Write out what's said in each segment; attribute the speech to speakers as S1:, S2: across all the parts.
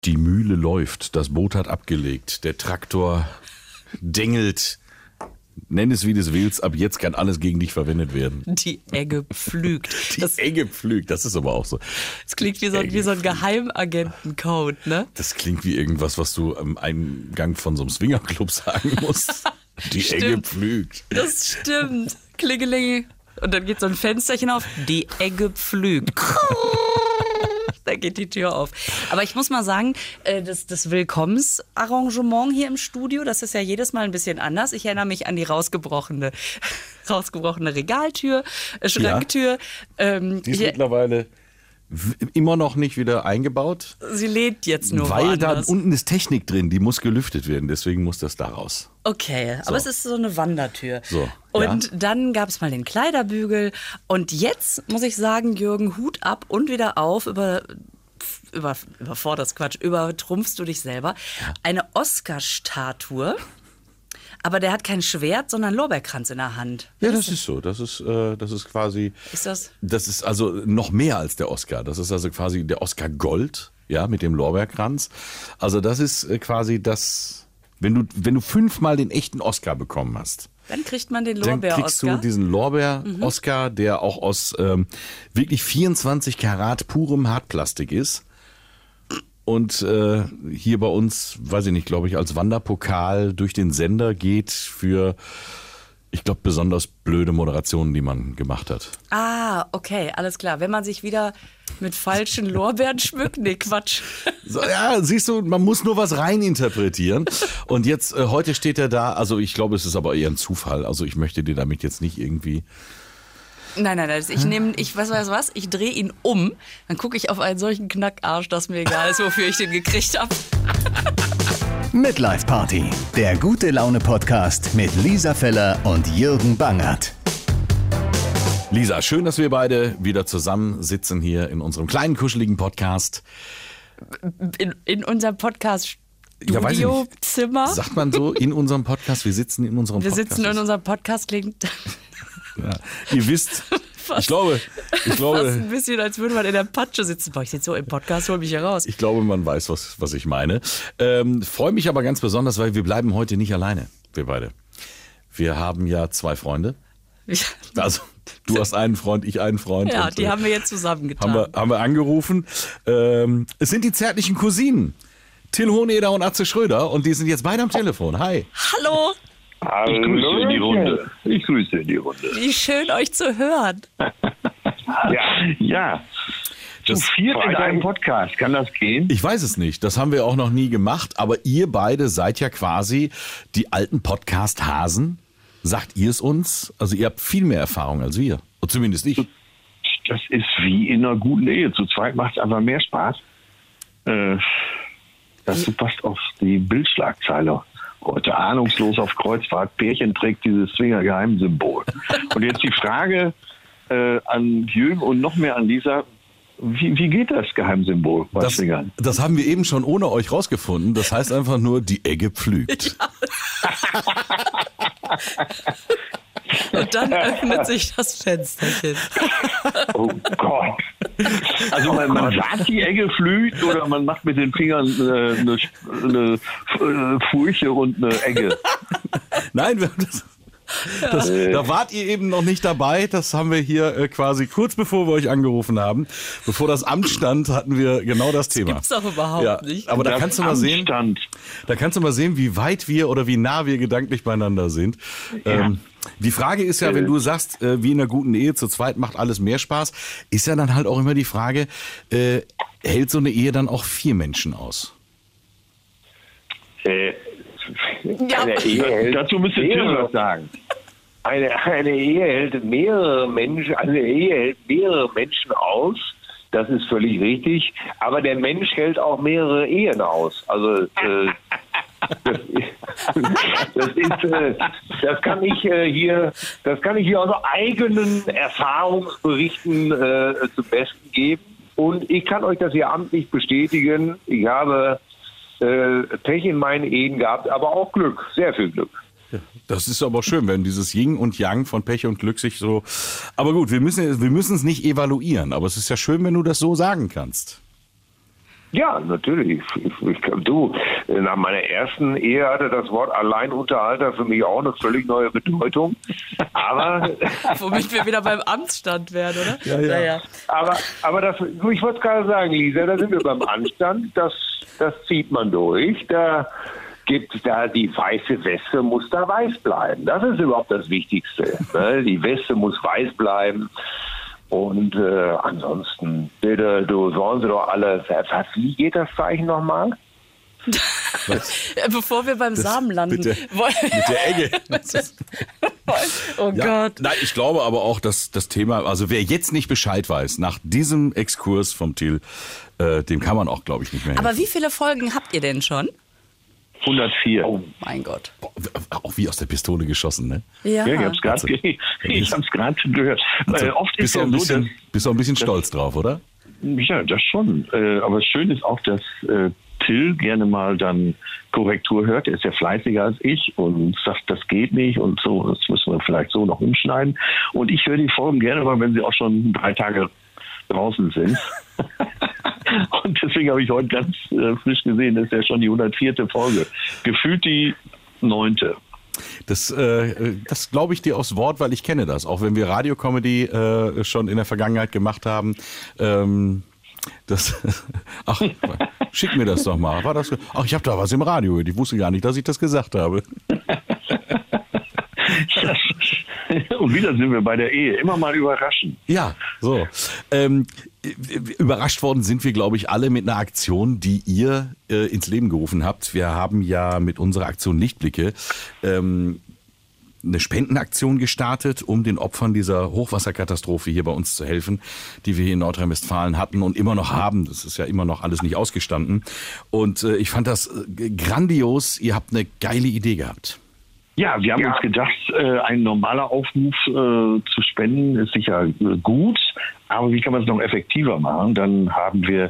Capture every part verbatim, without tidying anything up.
S1: Die Mühle läuft, das Boot hat abgelegt, der Traktor dengelt. Nenn es wie du es willst, ab jetzt kann alles gegen dich verwendet werden.
S2: Die Egge pflügt.
S1: Die
S2: Das,
S1: Egge pflügt, das ist aber auch so.
S2: das klingt wie so, wie so ein Geheimagentencode, ne?
S1: Das klingt wie irgendwas, was du am Eingang von so einem Swingerclub sagen musst. Die
S2: Stimmt.
S1: Egge pflügt.
S2: Das stimmt. Klingelinge. Und dann geht so ein Fensterchen auf. Die Egge pflügt. Da geht die Tür auf. Aber ich muss mal sagen, das, das Willkommensarrangement hier im Studio, das ist ja jedes Mal ein bisschen anders. Ich erinnere mich an die rausgebrochene, rausgebrochene Regaltür, Schranktür. Ja. Ähm,
S1: die ist
S2: hier,
S1: mittlerweile immer noch nicht wieder eingebaut.
S2: Sie lädt jetzt nur
S1: Weil
S2: woanders.
S1: da unten ist Technik drin, die muss gelüftet werden. Deswegen muss das da raus.
S2: Okay,
S1: So.
S2: aber es ist so eine Wandertür.
S1: So,
S2: und
S1: ja.
S2: dann gab es mal den Kleiderbügel. Und jetzt muss ich sagen, Jürgen, Hut ab und wieder auf über... Über, überforderst Quatsch, übertrumpfst du dich selber. Eine Oscar-Statue, aber der hat kein Schwert, sondern Lorbeerkranz in der Hand.
S1: Ja, das ist so. Das ist, äh, das ist quasi.
S2: Ist das?
S1: Das ist also noch mehr als der Oscar. Das ist also quasi der Oscar Gold, ja, mit dem Lorbeerkranz. Also das ist äh, quasi das, wenn du, wenn du fünfmal den echten Oscar bekommen hast.
S2: Dann kriegt man den
S1: Dann kriegst du
S2: Lorbeer-Oscar.
S1: diesen Lorbeer-Oscar, mhm. der auch aus ähm, wirklich vierundzwanzig Karat purem Hartplastik ist. Und äh, hier bei uns, weiß ich nicht, glaube ich, als Wanderpokal durch den Sender geht für, ich glaube, besonders blöde Moderationen, die man gemacht hat.
S2: Ah, okay, alles klar. Wenn man sich wieder mit falschen Lorbeeren schmückt, nee, Quatsch.
S1: So, ja, siehst du, man muss nur was reininterpretieren. Und jetzt, äh, heute steht er da, also ich glaube, es ist aber eher ein Zufall. Also ich möchte dir damit jetzt nicht irgendwie...
S2: Nein, nein, nein. Ich nehme, ich weiß was, was, ich drehe ihn um, dann gucke ich auf einen solchen Knackarsch, dass mir egal ist, wofür ich den gekriegt habe.
S3: Midlife Party, der gute Laune Podcast mit Lisa Feller und Jürgen Bangert.
S1: Lisa, schön, dass wir beide wieder zusammen sitzen hier in unserem kleinen, kuscheligen Podcast.
S2: In, in unserem Podcast
S1: Ja, weiß ich nicht.
S2: Studiozimmer.
S1: Sagt man so, in unserem Podcast, wir sitzen in unserem
S2: Wir
S1: Podcast.
S2: sitzen in unserem Podcast, klingt
S1: Ja, ihr wisst,
S2: fast,
S1: ich glaube, ich
S2: fast
S1: glaube,
S2: ein bisschen, als würde man in der Patsche sitzen. Boah, ich sitze so im Podcast, hol mich heraus.
S1: ich glaube, man weiß, was, was ich meine. Ähm, freue mich aber ganz besonders, weil wir bleiben heute nicht alleine, wir beide. Wir haben ja zwei Freunde. Also, du hast einen Freund, ich einen Freund.
S2: Ja,
S1: und,
S2: die
S1: äh,
S2: haben wir jetzt zusammengetan.
S1: Haben wir, haben wir angerufen. Ähm, es sind die zärtlichen Cousinen. Till Hohneder und Atze Schröder und die sind jetzt beide am Telefon. Hi.
S2: Hallo,
S4: Ich grüße in die Runde. Ich grüße in die Runde.
S2: wie schön euch zu hören.
S4: Ja, ja. Zu
S1: Das-
S4: viert in einem Podcast, kann das gehen?
S1: Ich weiß es nicht, das haben wir auch noch nie gemacht, aber ihr beide seid ja quasi die alten Podcast-Hasen. Sagt ihr es uns? Also ihr habt viel mehr Erfahrung als wir. Und zumindest ich.
S4: Das ist wie in einer guten Ehe. Zu zweit macht es einfach mehr Spaß. Äh, dazu passt auf die Bildschlagzeile. Heute ahnungslos auf Kreuzfahrt. Pärchen trägt dieses Zwinger-Geheimsymbol. Und jetzt die Frage äh, an Jürgen und noch mehr an Lisa. Wie, wie geht das Geheimsymbol bei
S1: Das,
S4: Zwingern?
S1: das haben wir eben schon ohne euch rausgefunden. Das heißt einfach nur, die Egge pflügt.
S2: Und dann öffnet sich das Fensterchen.
S4: Oh Gott. Also man, man sagt, die Egge flügt oder man macht mit den Fingern äh, eine, eine äh, Furche und eine Egge.
S1: Nein, wir haben das, das, da wart ihr eben noch nicht dabei. Das haben wir hier äh, quasi kurz bevor wir euch angerufen haben. Bevor das Amt stand, hatten wir genau das Thema.
S2: Gibt's doch überhaupt
S1: Ja,
S2: nicht.
S1: aber da
S4: Das
S1: kannst du mal sehen,
S4: Amtsstand.
S1: da kannst du mal sehen, wie weit wir oder wie nah wir gedanklich beieinander sind. Ähm, die Frage ist ja, wenn du sagst, äh, wie in einer guten Ehe zu zweit macht alles mehr Spaß, ist ja dann halt auch immer die Frage, äh, hält so eine Ehe dann auch vier Menschen aus?
S5: Äh,
S2: Ja.
S5: eine Ehe hält
S4: Dazu müsste Tim
S5: mehrere-
S4: was sagen.
S5: Eine, eine Ehe hält mehrere Menschen, eine Ehe hält mehrere Menschen aus. Das ist völlig richtig. Aber der Mensch hält auch mehrere Ehen aus. Also äh, das, das ist, äh, das kann ich äh, hier, das kann ich hier aus eigenen Erfahrungsberichten äh, zum Besten geben. Und ich kann euch das hier amtlich bestätigen. Ich habe äh, Pech in meinen Ehen gehabt, aber auch Glück, sehr viel Glück.
S1: Das ist aber schön, wenn dieses Yin und Yang von Pech und Glück sich so... Aber gut, wir müssen wir müssen es nicht evaluieren, aber es ist ja schön, wenn du das so sagen kannst.
S5: Ja, natürlich. Ich, ich, du, nach meiner ersten Ehe hatte das Wort Alleinunterhalter für mich auch eine völlig neue Bedeutung. Aber
S2: Womit wir wieder beim Amtsstand wären, oder?
S1: Ja, ja.
S2: Naja.
S5: Aber, aber das, ich wollte gerade sagen, Lisa, da sind wir beim Anstand. Das, das zieht man durch. Da gibt es da die weiße Weste, muss da weiß bleiben. Das ist überhaupt das Wichtigste. Ne? Die Weste muss weiß bleiben. Und äh, ansonsten, bitte, du, sollen sie doch alle, wie geht das Zeichen nochmal?
S2: Bevor wir beim
S1: Das
S2: Samen landen.
S1: bitte.
S2: wollen-
S1: Mit der Egge.
S2: oh
S1: Ja,
S2: Gott.
S1: nein, ich glaube aber auch, dass das Thema, also wer jetzt nicht Bescheid weiß, nach diesem Exkurs vom Till, äh, dem kann man auch, glaube ich, nicht mehr helfen.
S2: Aber wie viele Folgen habt ihr denn schon?
S4: hundertvier.
S2: Oh mein Gott.
S1: Auch wie aus der Pistole geschossen, ne?
S2: Ja.
S4: Ja, ich habe es gerade
S1: Also,
S4: ich hab's gerade gehört.
S1: Also,
S4: äh, oft
S1: bist
S4: ist
S1: du
S4: ja
S1: auch ein
S4: so,
S1: bisschen,
S4: dass,
S1: bist du auch ein bisschen stolz drauf, oder?
S4: ja, das schon. Äh, aber schön ist auch, dass äh, Till gerne mal dann Korrektur hört. Er ist ja fleißiger als ich und sagt, das geht nicht und so, das müssen wir vielleicht so noch umschneiden. Und ich höre die Folgen gerne mal, wenn sie auch schon drei Tage draußen sind. Und deswegen habe ich heute ganz äh, frisch gesehen, das ist ja schon die hundertvierte Folge. Gefühlt die neunte.
S1: Das, äh, das glaube ich dir aufs Wort, weil ich kenne das. Auch wenn wir Radiocomedy äh, schon in der Vergangenheit gemacht haben. Ähm, das, ach, schick mir das doch mal. War das? Ach, ich habe da was im Radio. Ich wusste gar nicht, dass ich das gesagt habe.
S4: Und wieder sind wir bei der Ehe. Immer mal überraschen.
S1: Ja, so. Ähm, überrascht worden sind wir, glaube ich, alle mit einer Aktion, die ihr äh, ins Leben gerufen habt. Wir haben ja mit unserer Aktion Lichtblicke ähm, eine Spendenaktion gestartet, um den Opfern dieser Hochwasserkatastrophe hier bei uns zu helfen, die wir hier in Nordrhein-Westfalen hatten und immer noch haben. Das ist ja immer noch alles nicht ausgestanden. Und äh, ich fand das äh, grandios. Ihr habt eine geile Idee gehabt.
S4: Ja, wir haben
S5: Ja.
S4: uns gedacht, äh, ein normaler Aufruf äh, zu spenden ist sicher äh, gut, aber wie kann man es noch effektiver machen? Dann haben wir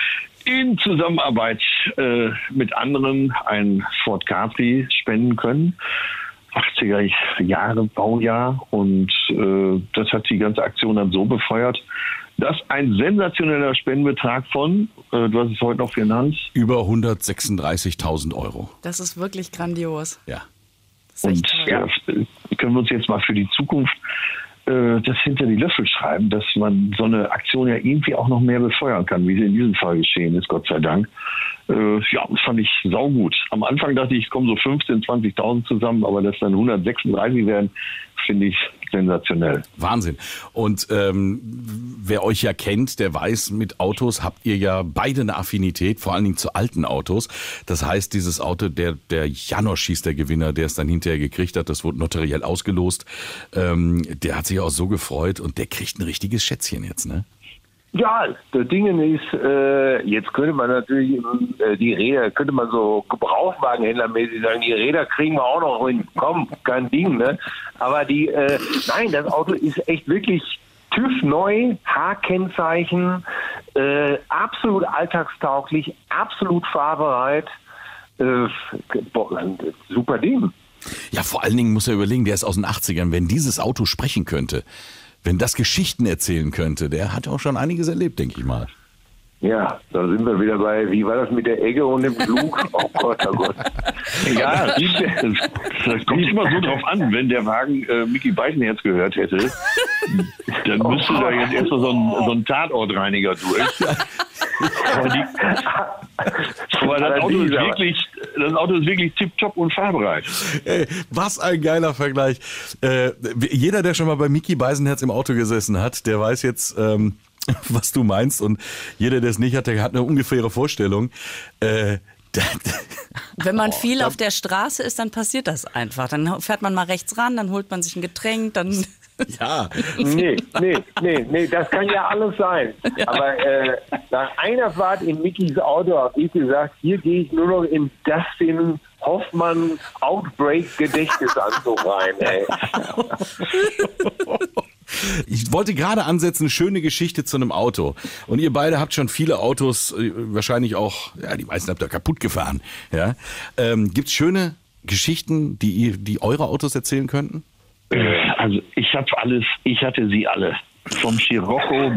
S4: in Zusammenarbeit äh, mit anderen ein Ford Capri spenden können. achtziger Jahre Baujahr, und äh, das hat die ganze Aktion dann so befeuert, dass ein sensationeller Spendenbetrag von, äh, du hast es heute noch genannt,
S1: Über hundertsechsunddreißigtausend Euro.
S2: Das ist wirklich grandios.
S1: Ja.
S2: Das ist echt
S4: und
S2: toll.
S4: ja, äh, können wir uns jetzt mal für die Zukunft äh, das hinter die Löffel schreiben, dass man so eine Aktion ja irgendwie auch noch mehr befeuern kann, wie sie in diesem Fall geschehen ist, Gott sei Dank. Äh, ja, das fand ich saugut. Am Anfang dachte ich, es kommen so fünfzehntausend, zwanzigtausend zusammen, aber dass dann hundertsechsunddreißig werden, finde ich sensationell.
S1: Wahnsinn. Und ähm, wer euch ja kennt, der weiß, mit Autos habt ihr ja beide eine Affinität, vor allen Dingen zu alten Autos. Das heißt, dieses Auto, der, der Janosch hieß der Gewinner, der es dann hinterher gekriegt hat, das wurde notariell ausgelost, ähm, der hat sich auch so gefreut und der kriegt ein richtiges Schätzchen jetzt, ne?
S5: Ja, das Ding ist, äh, jetzt könnte man natürlich äh, die Räder, könnte man so Gebrauchtwagenhändlermäßig sagen, die Räder kriegen wir auch noch hin. Komm, kein Ding, ne? Aber die, äh, nein, das Auto ist echt wirklich TÜV neu, H-Kennzeichen, äh, absolut alltagstauglich, absolut fahrbereit. Äh, boah, super Ding.
S1: Ja, vor allen Dingen muss er überlegen, der ist aus den achtzigern, wenn dieses Auto sprechen könnte, wenn das Geschichten erzählen könnte, der hat auch schon einiges erlebt, denke ich mal.
S5: Ja, da sind wir wieder bei, wie war das mit der Egge und dem Flug? Oh Gott, oh Gott.
S4: Ja, das, das kommt immer so drauf an, wenn der Wagen äh, Micky Beisenherz gehört hätte, dann müsste da jetzt erstmal so ein, so ein Tatortreiniger durch. Aber, die, aber das, Auto ist wirklich, das Auto ist wirklich tipptopp und fahrbereit.
S1: Ey, was ein geiler Vergleich. Äh, jeder, der schon mal bei Micky Beisenherz im Auto gesessen hat, der weiß jetzt, ähm, was du meinst. Und jeder, der es nicht hat, der hat eine ungefähre Vorstellung. Äh,
S2: Wenn man viel auf der Straße ist, dann passiert das einfach. Dann fährt man mal rechts ran, dann holt man sich ein Getränk, dann...
S1: ja.
S5: Nee, nee, nee, nee, das kann ja alles sein. Ja. Aber äh, nach einer Fahrt in Mickys Auto habe ich gesagt, hier gehe ich nur noch in Dustin Hoffmann Outbreak Gedächtnisanzug rein, ey.
S1: Ich wollte gerade ansetzen, schöne Geschichte zu einem Auto. Und ihr beide habt schon viele Autos, wahrscheinlich auch, ja, die meisten habt ihr kaputt gefahren. Ja? Ähm, gibt's schöne Geschichten, die, ihr, die eure Autos erzählen könnten?
S4: Also ich habe alles, ich hatte sie alle. Vom Scirocco bis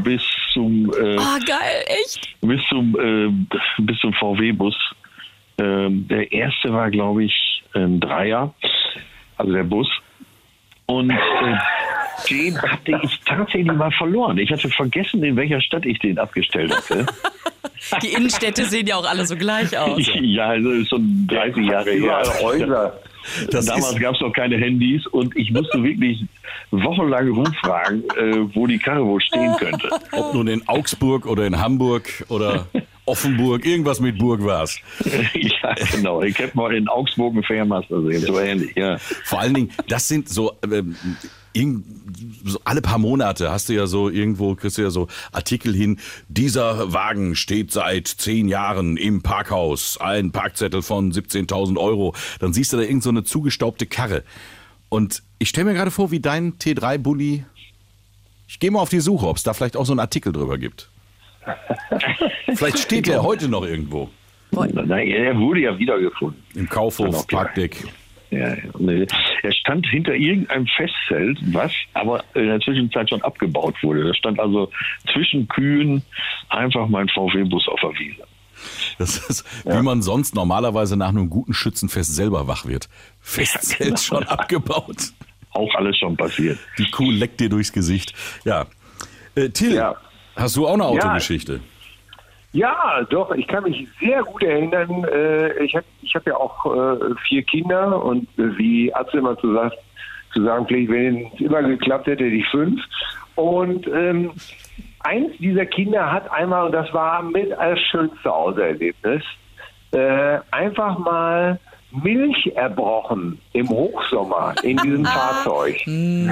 S4: zum, äh,
S2: Oh, geil, echt?
S4: bis zum, äh, bis zum V W-Bus. Ähm, der erste war, glaube ich, ein Dreier, also der Bus. Und äh, den hatte ich tatsächlich mal verloren. Ich hatte vergessen, in welcher Stadt ich den abgestellt hatte.
S2: Die Innenstädte sehen ja auch alle so gleich aus.
S4: Ja, also ist schon dreißig Jahre her.
S5: Häuser.
S1: Das
S4: Damals
S1: ist-
S4: gab es noch keine Handys und ich musste wirklich wochenlang rumfragen, äh, wo die Karre wohl stehen könnte.
S1: Ob nun in Augsburg oder in Hamburg oder Offenburg, irgendwas mit Burg war's.
S4: Ja, genau. Ich habe mal in Augsburg einen Fährmaster sehen, so ähnlich, ja.
S1: Vor allen Dingen, das sind so, ähm, irgend- so alle paar Monate hast du ja so irgendwo, kriegst du ja so Artikel hin, dieser Wagen steht seit zehn Jahren im Parkhaus, ein Parkzettel von siebzehntausend Euro. Dann siehst du da irgend so eine zugestaubte Karre. Und ich stelle mir gerade vor, wie dein T drei Bulli, ich gehe mal auf die Suche, ob es da vielleicht auch so einen Artikel drüber gibt. Vielleicht steht der heute noch irgendwo.
S4: Nein, er wurde ja wiedergefunden.
S1: Im Kaufhof,
S4: Genau, klar.
S1: Parkdeck.
S4: Ja, ja. Er stand hinter irgendeinem Festzelt, was aber in der Zwischenzeit schon abgebaut wurde. Da stand also zwischen Kühen einfach mein V W-Bus auf der Wiese.
S1: Das ist, wie man sonst normalerweise nach einem guten Schützenfest selber wach wird. Festzelt
S4: Ja, genau.
S1: schon abgebaut.
S4: Auch alles schon passiert.
S1: Die Kuh leckt dir durchs Gesicht. Ja. Äh, Till,
S5: Ja.
S1: hast du auch eine Autogeschichte?
S5: Ja, doch, ich kann mich sehr gut erinnern. Äh, ich habe ich hab ja auch äh, vier Kinder und äh, wie Atze immer zu, sagt, zu sagen pflegt, wenn es immer geklappt hätte, hätte ich fünf. Und ähm, eins dieser Kinder hat einmal, und das war mit als schönste Auserlebnis, äh, einfach mal Milch erbrochen im Hochsommer in diesem Fahrzeug.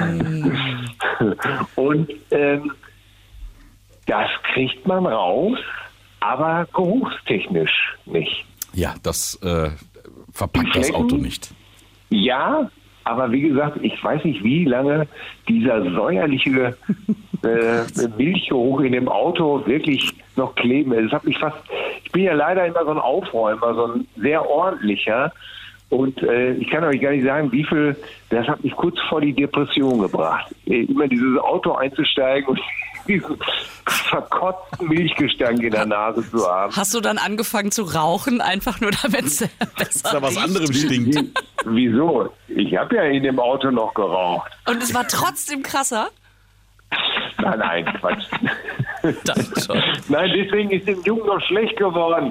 S5: Und ähm, das kriegt man raus, aber geruchstechnisch nicht.
S1: Ja, das äh, verpackt
S5: Die
S1: das
S5: Flecken?
S1: Auto nicht.
S5: Ja, aber wie gesagt, ich weiß nicht, wie lange dieser säuerliche äh, Milchgeruch in dem Auto wirklich noch kleben ist. Das hat mich fast, ich bin ja leider immer so ein Aufräumer, so ein sehr ordentlicher. Und äh, ich kann euch gar nicht sagen, wie viel, das hat mich kurz vor die Depression gebracht. Äh, immer dieses Auto einzusteigen und diesen verkotzten Milchgestank in der Nase zu haben.
S2: Hast du dann angefangen zu rauchen, einfach nur damit es besser
S1: Da was
S2: riecht?
S1: anderem stinkt.
S5: Wie, wieso? Ich habe ja in dem Auto noch geraucht.
S2: Und es war trotzdem krasser?
S5: Nein, nein, Quatsch.
S2: Dann schon.
S5: Nein, deswegen ist dem Jungen noch schlecht geworden.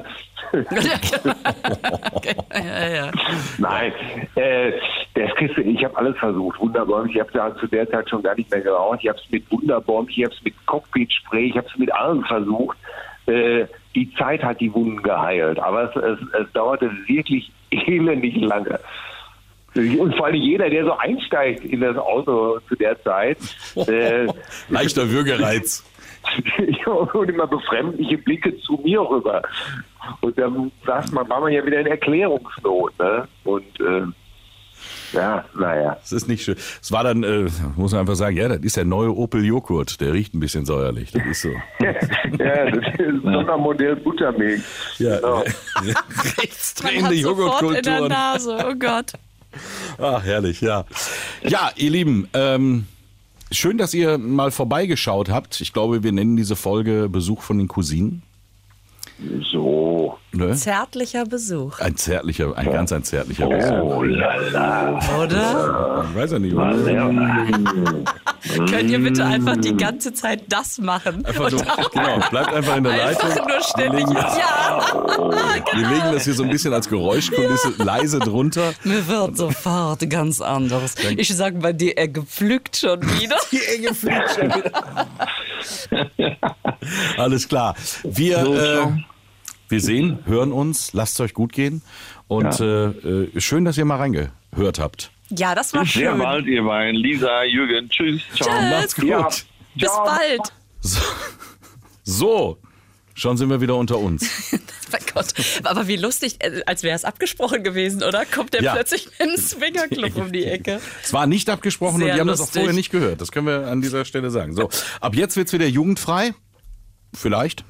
S2: Okay, ja, ja.
S5: Nein, äh, das kriegst du, ich habe alles versucht. Wunderbäumchen, ich habe da zu der Zeit schon gar nicht mehr geraucht. Ich habe es mit Wunderbäumchen, ich habe es mit Cockpit-Spray, ich habe es mit allem versucht. Äh, die Zeit hat die Wunden geheilt, aber es, es, es dauerte wirklich elendig lange. Und vor allem jeder, der so einsteigt in das Auto zu der Zeit, äh,
S1: Leichter Würgereiz.
S5: und immer befremdliche Blicke zu mir rüber. Und dann sagt man, war man ja wieder in Erklärungsnot. Ne? Und äh, ja, naja.
S1: Das ist nicht schön. Es war dann, äh, muss man einfach sagen, ja, das ist der neue Opel Joghurt. Der riecht ein bisschen säuerlich. Das ist so.
S5: Ja, das ist Sondermodell Buttermilch.
S1: Ja,
S5: Genau.
S2: Man
S1: rechtsdrehende
S2: hat sofort in der
S1: Joghurtkulturen.
S2: Nase, oh Gott.
S1: Ach, herrlich, ja. Ja, ihr Lieben, ähm, schön, dass ihr mal vorbeigeschaut habt. Ich glaube, wir nennen diese Folge Besuch von den Cousinen.
S5: So.
S1: Ne?
S2: Zärtlicher Besuch,
S1: Ein zärtlicher, ein ganz ein zärtlicher Besuch.
S4: Oh lala.
S2: oder?
S1: Ich weiß ja nicht, oder?
S2: Könnt ihr bitte einfach die ganze Zeit das machen?
S1: Einfach so,
S2: Und dann
S1: genau, bleibt einfach in der Leitung.
S2: einfach nur ständig.
S1: Wir legen, das,
S2: Ja,
S1: wir legen das hier so ein bisschen als Geräuschkulisse leise drunter.
S2: mir wird sofort ganz anders. Ich sag mal, die Ecke pflückt schon wieder.
S1: Die Enge fliegt schon wieder. Alles klar. Wir, äh, wir sehen, hören uns, lasst es euch gut gehen. Und äh, äh, schön, dass ihr mal reingehört habt.
S2: Ja, das war
S4: Sehr
S2: schön.
S4: bald, ihr beiden. Lisa, Jürgen, tschüss. Ciao.
S2: Tschüss.
S1: Macht's gut.
S5: Ja.
S2: Bis bald.
S1: So. so, schon sind wir wieder unter uns.
S2: Mein Gott. Aber wie lustig, äh, als wäre es abgesprochen gewesen, oder? Kommt der
S1: Ja.
S2: plötzlich mit einem Swingerclub um die Ecke.
S1: Es war nicht abgesprochen
S2: Sehr
S1: und die haben das auch
S2: lustig.
S1: vorher nicht gehört. Das können wir an dieser Stelle sagen. So, ab jetzt wird's wieder jugendfrei. Vielleicht.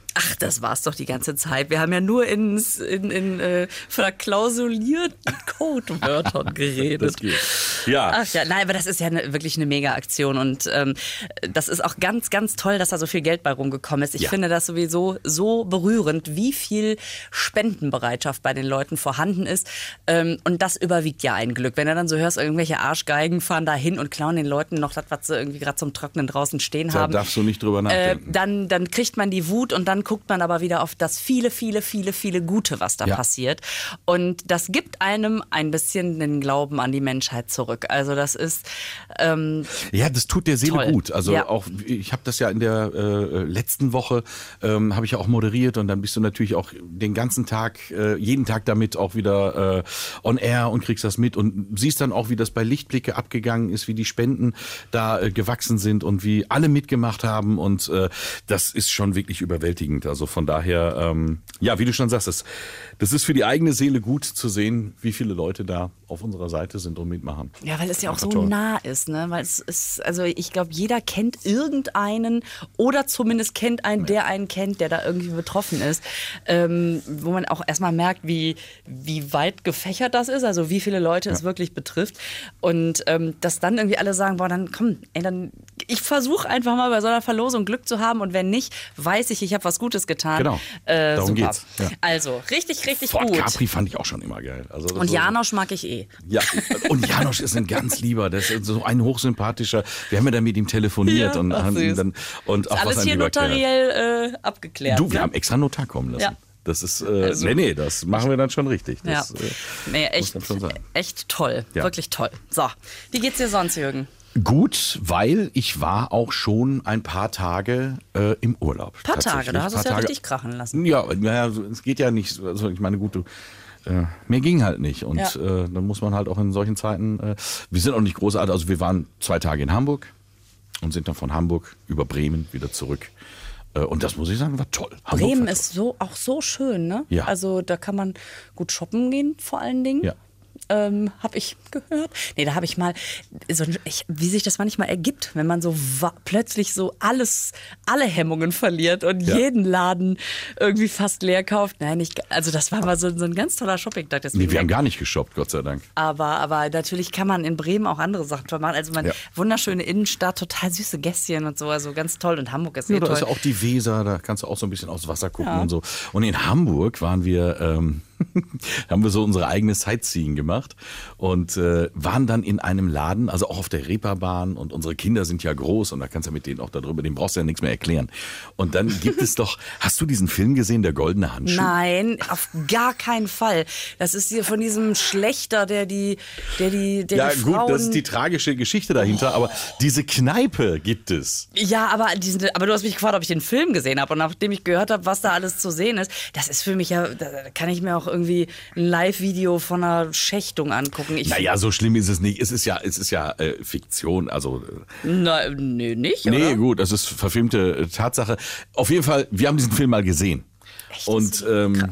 S2: Ach, das war's doch die ganze Zeit. Wir haben ja nur ins, in, in äh, verklausulierten Codewörtern geredet.
S1: Das geht. Ja.
S2: Ach ja, nein, aber das ist ja eine, wirklich eine Mega-Aktion und ähm, das ist auch ganz, ganz toll, dass da so viel Geld bei rumgekommen ist. Ich
S1: Ja.
S2: finde das sowieso so berührend, wie viel Spendenbereitschaft bei den Leuten vorhanden ist ähm, und das überwiegt ja ein Glück. Wenn du dann so hörst, irgendwelche Arschgeigen fahren da hin und klauen den Leuten noch das, was sie irgendwie gerade zum Trocknen draußen stehen
S1: Da
S2: haben.
S1: darfst du nicht drüber
S2: Äh,
S1: nachdenken.
S2: dann, dann kriegt man die Wut und dann guckt man aber wieder auf das viele, viele, viele, viele Gute, was da
S1: Ja.
S2: passiert. Und das gibt einem ein bisschen den Glauben an die Menschheit zurück. Also das ist ähm,
S1: Ja, das tut der Seele
S2: Toll.
S1: gut. Also
S2: Ja.
S1: auch, ich habe das ja in der äh, letzten Woche, ähm, habe ich ja auch moderiert und dann bist du natürlich auch den ganzen Tag, äh, jeden Tag damit auch wieder äh, on air und kriegst das mit und siehst dann auch, wie das bei Lichtblicke abgegangen ist, wie die Spenden da äh, gewachsen sind und wie alle mitgemacht haben und äh, das ist schon wirklich überwältigend. Also von daher, ähm, ja, wie du schon sagst, das, das ist für die eigene Seele gut zu sehen, wie viele Leute da auf unserer Seite sind und mitmachen.
S2: Ja, weil es ja auch
S1: Einfach
S2: so
S1: toll.
S2: nah ist, ne? Weil es ist, also ich glaube, jeder kennt irgendeinen oder zumindest kennt einen, der einen kennt, der da irgendwie betroffen ist. Ähm, wo man auch erstmal merkt, wie, wie weit gefächert das ist, also wie viele Leute es wirklich betrifft. Und ähm, dass dann irgendwie alle sagen, boah, dann komm, ey, dann ich versuche einfach mal bei so einer Verlosung Glück zu haben und wenn nicht, weiß ich, ich habe was Gutes getan.
S1: Genau.
S2: Äh,
S1: Darum
S2: super.
S1: geht's. Ja.
S2: Also, richtig, richtig
S1: Fort
S2: gut.
S1: Capri fand ich auch schon immer geil. Also das
S2: Und
S1: so-
S2: Janosch mag ich eh.
S1: Ja, und Janosch ist ein ganz lieber, das ist so ein hochsympathischer. Wir haben ja dann mit ihm telefoniert
S2: Ja,
S1: und
S2: ach,
S1: haben
S2: süß.
S1: ihn dann und auch
S2: Alles
S1: was ein
S2: hier
S1: lieber Kerl.
S2: notariell äh, abgeklärt.
S1: Du, wir
S2: ne?
S1: haben extra einen Notar kommen lassen.
S2: Ja.
S1: Das ist, äh,
S2: Also-
S1: nee, nee, das machen wir dann schon richtig.
S2: Ja,
S1: Das, äh,
S2: nee,
S1: muss
S2: echt,
S1: man schon sagen.
S2: echt toll.
S1: Ja.
S2: Wirklich toll. So, wie geht's dir sonst, Jürgen?
S1: Gut, weil ich war auch schon ein paar Tage äh, im Urlaub.
S2: Ein paar Tage,
S1: tatsächlich.
S2: da hast du es
S1: Paar
S2: ja
S1: Tage.
S2: richtig krachen lassen.
S1: Ja, naja, so- es geht ja nicht, so- also ich meine, gut, du, äh, mehr ging halt nicht und
S2: Ja.
S1: äh, dann muss man halt auch in solchen Zeiten, äh, wir sind auch nicht großartig, also wir waren zwei Tage in Hamburg und sind dann von Hamburg über Bremen wieder zurück. Äh, und das muss ich sagen, war toll. Hamburg
S2: Bremen
S1: war
S2: ist so, auch so schön, ne?
S1: Ja.
S2: Also da kann man gut shoppen gehen, vor allen Dingen.
S1: Ja.
S2: Ähm, habe ich gehört. Nee, da habe ich mal, so, ein- ich, wie sich das manchmal ergibt, wenn man so wa- plötzlich so alles, alle Hemmungen verliert und
S1: Ja.
S2: jeden Laden irgendwie fast leer kauft. Nein, ich, also das war mal so, so ein ganz toller Shopping-Tag.
S1: Nee,
S2: deswegen-
S1: wir haben gar nicht geshoppt, Gott sei Dank.
S2: Aber, aber natürlich kann man in Bremen auch andere Sachen machen. Also man,
S1: Ja.
S2: wunderschöne Innenstadt, total süße Gässchen und so, also ganz toll. Und Hamburg ist
S1: Ja,
S2: eh
S1: da
S2: toll.
S1: ist ja auch die Weser, da kannst du auch so ein bisschen aufs Wasser gucken
S2: Ja.
S1: und so. Und in Hamburg waren wir, ähm, haben wir so unsere eigene Sightseeing gemacht und äh, waren dann in einem Laden, also auch auf der Reeperbahn und unsere Kinder sind ja groß und da kannst du mit denen auch darüber, denen brauchst du ja nichts mehr erklären. Und dann gibt es doch, hast du diesen Film gesehen, Der goldene Handschuh?
S2: Nein, auf gar keinen Fall. Das ist hier von diesem Schlechter, der die, der die, der
S1: Ja
S2: die
S1: gut,
S2: Frauen.
S1: das ist die tragische Geschichte dahinter, aber diese Kneipe gibt es.
S2: Ja, aber, diesen, aber du hast mich gefragt, ob ich den Film gesehen habe. Und nachdem ich gehört habe, was da alles zu sehen ist, das ist für mich ja, da kann ich mir auch irgendwie ein Live-Video von einer Schächtung angucken. Ich,
S1: Naja, so schlimm ist es nicht. Es ist ja, es ist ja äh, Fiktion, also äh,
S2: Na, nee, nicht,
S1: nee,
S2: oder?
S1: gut, das ist verfilmte äh, Tatsache. Auf jeden Fall, wir haben diesen Film mal gesehen.
S2: Echt?
S1: Und ähm,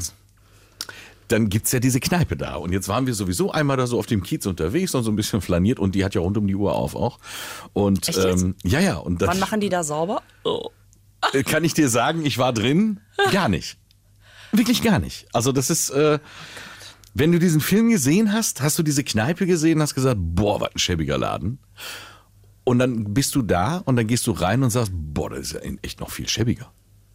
S1: dann gibt's ja diese Kneipe da. Und jetzt waren wir sowieso einmal da so auf dem Kiez unterwegs und so ein bisschen flaniert und die hat ja rund um die Uhr auf auch. Und
S2: Echt jetzt?
S1: ähm, ja, ja. Und
S2: Wann
S1: das
S2: machen die da sauber? Oh.
S1: äh, kann ich dir sagen, ich war drin? Gar nicht. Wirklich gar nicht. Also das ist, äh, wenn du diesen Film gesehen hast, hast du diese Kneipe gesehen, hast gesagt, boah, was ein schäbiger Laden. Und dann bist du da und dann gehst du rein und sagst, boah, das ist ja echt noch viel schäbiger.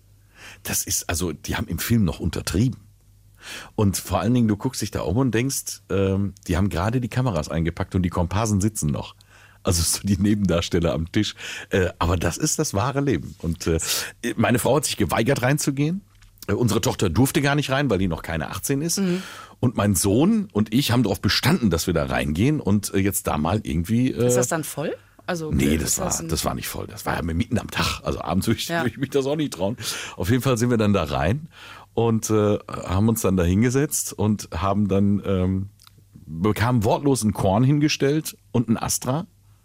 S1: Das ist, also, die haben im Film noch untertrieben. Und vor allen Dingen, du guckst dich da um und denkst, ähm, die haben gerade die Kameras eingepackt und die Komparsen sitzen noch. Also so die Nebendarsteller am Tisch. Äh, aber das ist das wahre Leben. Und äh, meine Frau hat sich geweigert reinzugehen. Äh, unsere Tochter durfte gar nicht rein, weil die noch keine achtzehn ist.
S2: Mhm.
S1: Und mein Sohn und ich haben darauf bestanden, dass wir da reingehen und äh, jetzt da mal irgendwie... Äh,
S2: Ist das dann voll? Also,
S1: Nee,
S2: ist
S1: das war,
S2: ein-
S1: das war nicht voll. Das war ja mitten am Tag. Also abends würde ich,
S2: Ja.
S1: würde ich mich das auch nicht trauen. Auf jeden Fall sind wir dann da rein und äh, haben uns dann da hingesetzt und haben dann, ähm, bekamen wortlos ein Korn hingestellt und ein Astra.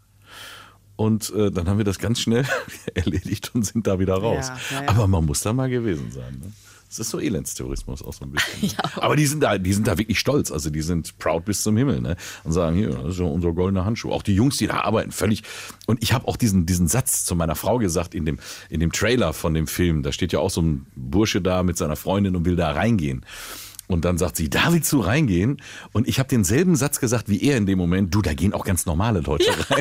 S1: Und äh, dann haben wir das ganz schnell erledigt und sind da wieder raus.
S2: Ja, ja, ja.
S1: Aber man muss da mal gewesen sein. Ne? Das ist so Elendstourismus auch so ein bisschen. Ja. Aber die sind da, die sind da wirklich stolz. Also die sind proud bis zum Himmel, ne? Und sagen, hier, das ist ja unser goldener Handschuh. Auch die Jungs, die da arbeiten, völlig. Und ich habe auch diesen, diesen Satz zu meiner Frau gesagt in dem, in dem Trailer von dem Film. Da steht ja auch so ein Bursche da mit seiner Freundin und will da reingehen. Und dann sagt sie, da willst du reingehen? Und ich habe denselben Satz gesagt wie er in dem Moment. Du, da gehen auch ganz normale Leute rein.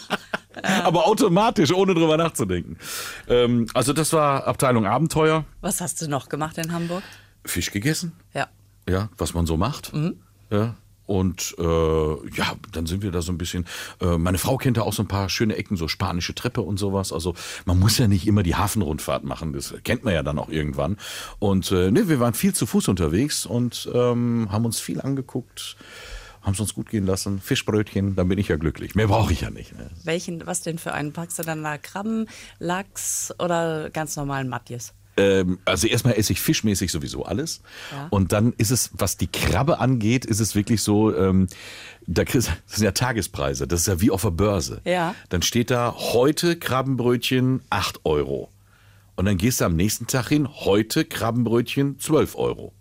S1: Aber automatisch, ohne drüber nachzudenken. Ähm, also das war Abteilung Abenteuer.
S2: Was hast du noch gemacht in Hamburg?
S1: Fisch gegessen.
S2: Ja.
S1: Ja, was man so macht. Mhm. Ja. Und äh, ja, dann sind wir da so ein bisschen, äh, meine Frau kennt da auch so ein paar schöne Ecken, so spanische Treppe und sowas. Also man muss ja nicht immer die Hafenrundfahrt machen, das kennt man ja dann auch irgendwann. Und äh, ne, wir waren viel zu Fuß unterwegs und ähm, haben uns viel angeguckt. Haben es uns gut gehen lassen, Fischbrötchen, dann bin ich ja glücklich. Mehr brauche ich ja nicht. Ne?
S2: Welchen, was denn für einen? Packst du dann da Krabben, Lachs oder ganz normalen Matjes?
S1: Ähm, also erstmal esse ich fischmäßig sowieso alles. Ja. Und dann ist es, was die Krabbe angeht, ist es wirklich so, ähm, da kriegst, das sind ja Tagespreise, das ist ja wie auf der Börse.
S2: Ja.
S1: Dann steht da heute Krabbenbrötchen acht Euro. Und dann gehst du am nächsten Tag hin, heute Krabbenbrötchen zwölf Euro.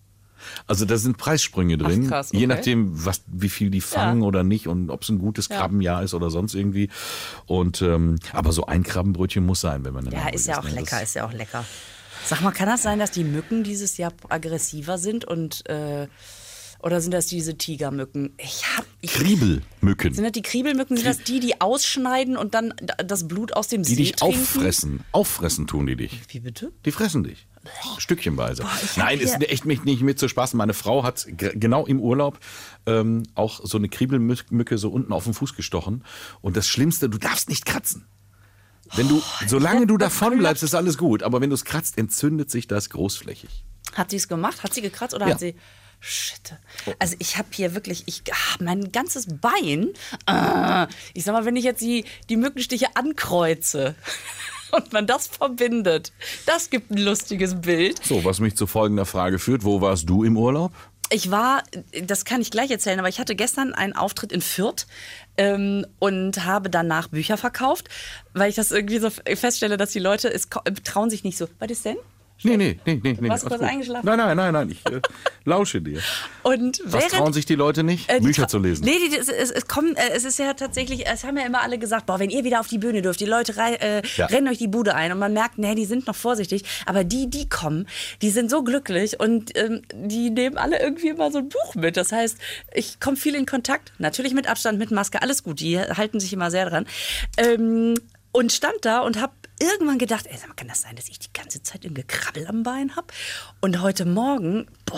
S1: Also da sind Preissprünge drin,
S2: Ach, krass, okay.
S1: Je nachdem, was, wie viel die fangen
S2: ja.
S1: oder nicht und ob es ein gutes
S2: ja.
S1: Krabbenjahr ist oder sonst irgendwie. Und ähm, aber so ein Krabbenbrötchen muss sein, wenn man in
S2: Ja,
S1: Hamburg
S2: ist ja auch
S1: ne?
S2: lecker, ist ja auch lecker. Sag mal, kann das sein, dass die Mücken dieses Jahr aggressiver sind und äh, oder sind das diese Tigermücken? Ich hab ich,
S1: Kriebelmücken.
S2: Sind das die Kriebelmücken? Sind das die, die ausschneiden und dann das Blut aus dem
S1: Die
S2: See
S1: dich
S2: trinken?
S1: auffressen. Auffressen tun die dich.
S2: Wie bitte?
S1: Die fressen dich. Stückchenweise.
S2: Boah, ich hab
S1: Nein, ist
S2: hier-
S1: echt nicht, nicht mit zu spaßen. Meine Frau hat g- genau im Urlaub ähm, auch so eine Kriebelmücke so unten auf den Fuß gestochen. Und das Schlimmste, du darfst nicht kratzen. Wenn du, solange du davon bleibst, ist alles gut. Aber wenn du es kratzt, entzündet sich das großflächig.
S2: Hat sie es gemacht? Hat sie gekratzt oder
S1: Ja.
S2: hat sie... Shit. Also ich habe hier wirklich, ich ah, mein ganzes Bein, ah, ich sag mal, wenn ich jetzt die, die Mückenstiche ankreuze und man das verbindet, das gibt ein lustiges Bild.
S1: So, was mich zu folgender Frage führt. Wo warst du im Urlaub?
S2: Ich war, das kann ich gleich erzählen, aber ich hatte gestern einen Auftritt in Fürth ähm, und habe danach Bücher verkauft, weil ich das irgendwie so feststelle, dass die Leute es ko- trauen sich nicht so. Was ist denn?
S1: Nee, nee, nee, nee. nee.
S2: Warst du
S1: Alles
S2: kurz
S1: gut.
S2: eingeschlafen?
S1: Nein, nein, nein, nein. Ich äh, lausche dir.
S2: Und
S1: Was
S2: während,
S1: trauen sich die Leute nicht?
S2: Äh, die
S1: Bücher
S2: tra-
S1: zu lesen.
S2: Nee, die, es, es, es, kommen, äh, es ist ja tatsächlich, es haben ja immer alle gesagt, boah, wenn ihr wieder auf die Bühne dürft, die Leute rei- äh,
S1: Ja.
S2: rennen euch die Bude ein und man merkt, nee, die sind noch vorsichtig, aber die, die kommen, die sind so glücklich und ähm, die nehmen alle irgendwie immer so ein Buch mit. Das heißt, ich komme viel in Kontakt, natürlich mit Abstand, mit Maske, alles gut, die halten sich immer sehr dran. Ähm, und stand da und habe irgendwann gedacht, ey, sag mal, kann das sein, dass ich die ganze Zeit irgendwie Krabbel am Bein habe? Und heute Morgen, boah,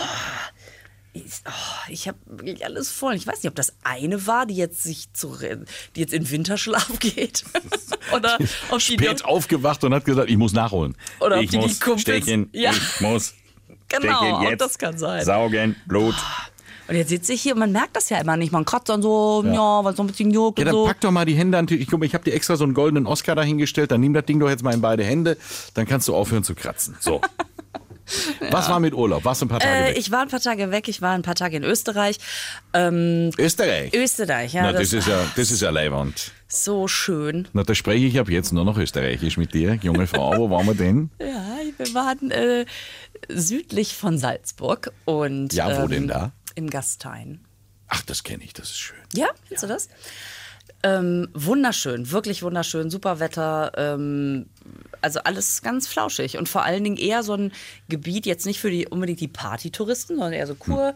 S2: ich, oh, ich habe wirklich alles voll. Ich weiß nicht, ob das eine war, die jetzt sich zu, die jetzt in Winterschlaf geht, oder ob die
S1: Spät aufgewacht und hat gesagt, ich muss nachholen.
S2: Oder ob
S1: ich
S2: die die
S1: muss
S2: Kumpels-
S1: stechen,
S2: Ja.
S1: ich muss
S2: Genau,
S1: stechen
S2: auch
S1: jetzt,
S2: das kann sein.
S1: saugen, Blut.
S2: Und jetzt sitze ich hier und man merkt das ja immer nicht. Man kratzt dann so, ja, ja was so ein bisschen juckt
S1: Ja,
S2: und
S1: dann
S2: so.
S1: pack doch mal die Hände an. Ich, guck mal, ich habe dir extra so einen goldenen Oscar dahingestellt. Dann nimm das Ding doch jetzt mal in beide Hände. Dann kannst du aufhören zu kratzen. So. Was war mit Urlaub? Warst du ein paar Tage
S2: Äh,
S1: weg?
S2: ich war ein paar Tage weg, ich war ein paar Tage in Österreich. Ähm,
S1: Österreich?
S2: Österreich, ja.
S1: Na,
S2: das
S1: das, ist ja, das ist ja leiwand.
S2: so schön.
S1: Na, da spreche ich ab jetzt nur noch Österreichisch mit dir, junge Frau. Wo waren wir denn?
S2: Ja, wir waren äh, südlich von Salzburg. Und,
S1: Ja, wo
S2: ähm,
S1: denn da?
S2: Im Gastein.
S1: Ach, das kenne ich, das ist schön.
S2: Ja, kennst du das? Ähm, wunderschön, wirklich wunderschön, super Wetter, ähm, also alles ganz flauschig und vor allen Dingen eher so ein Gebiet, jetzt nicht für die unbedingt die Partytouristen, sondern eher so Kur,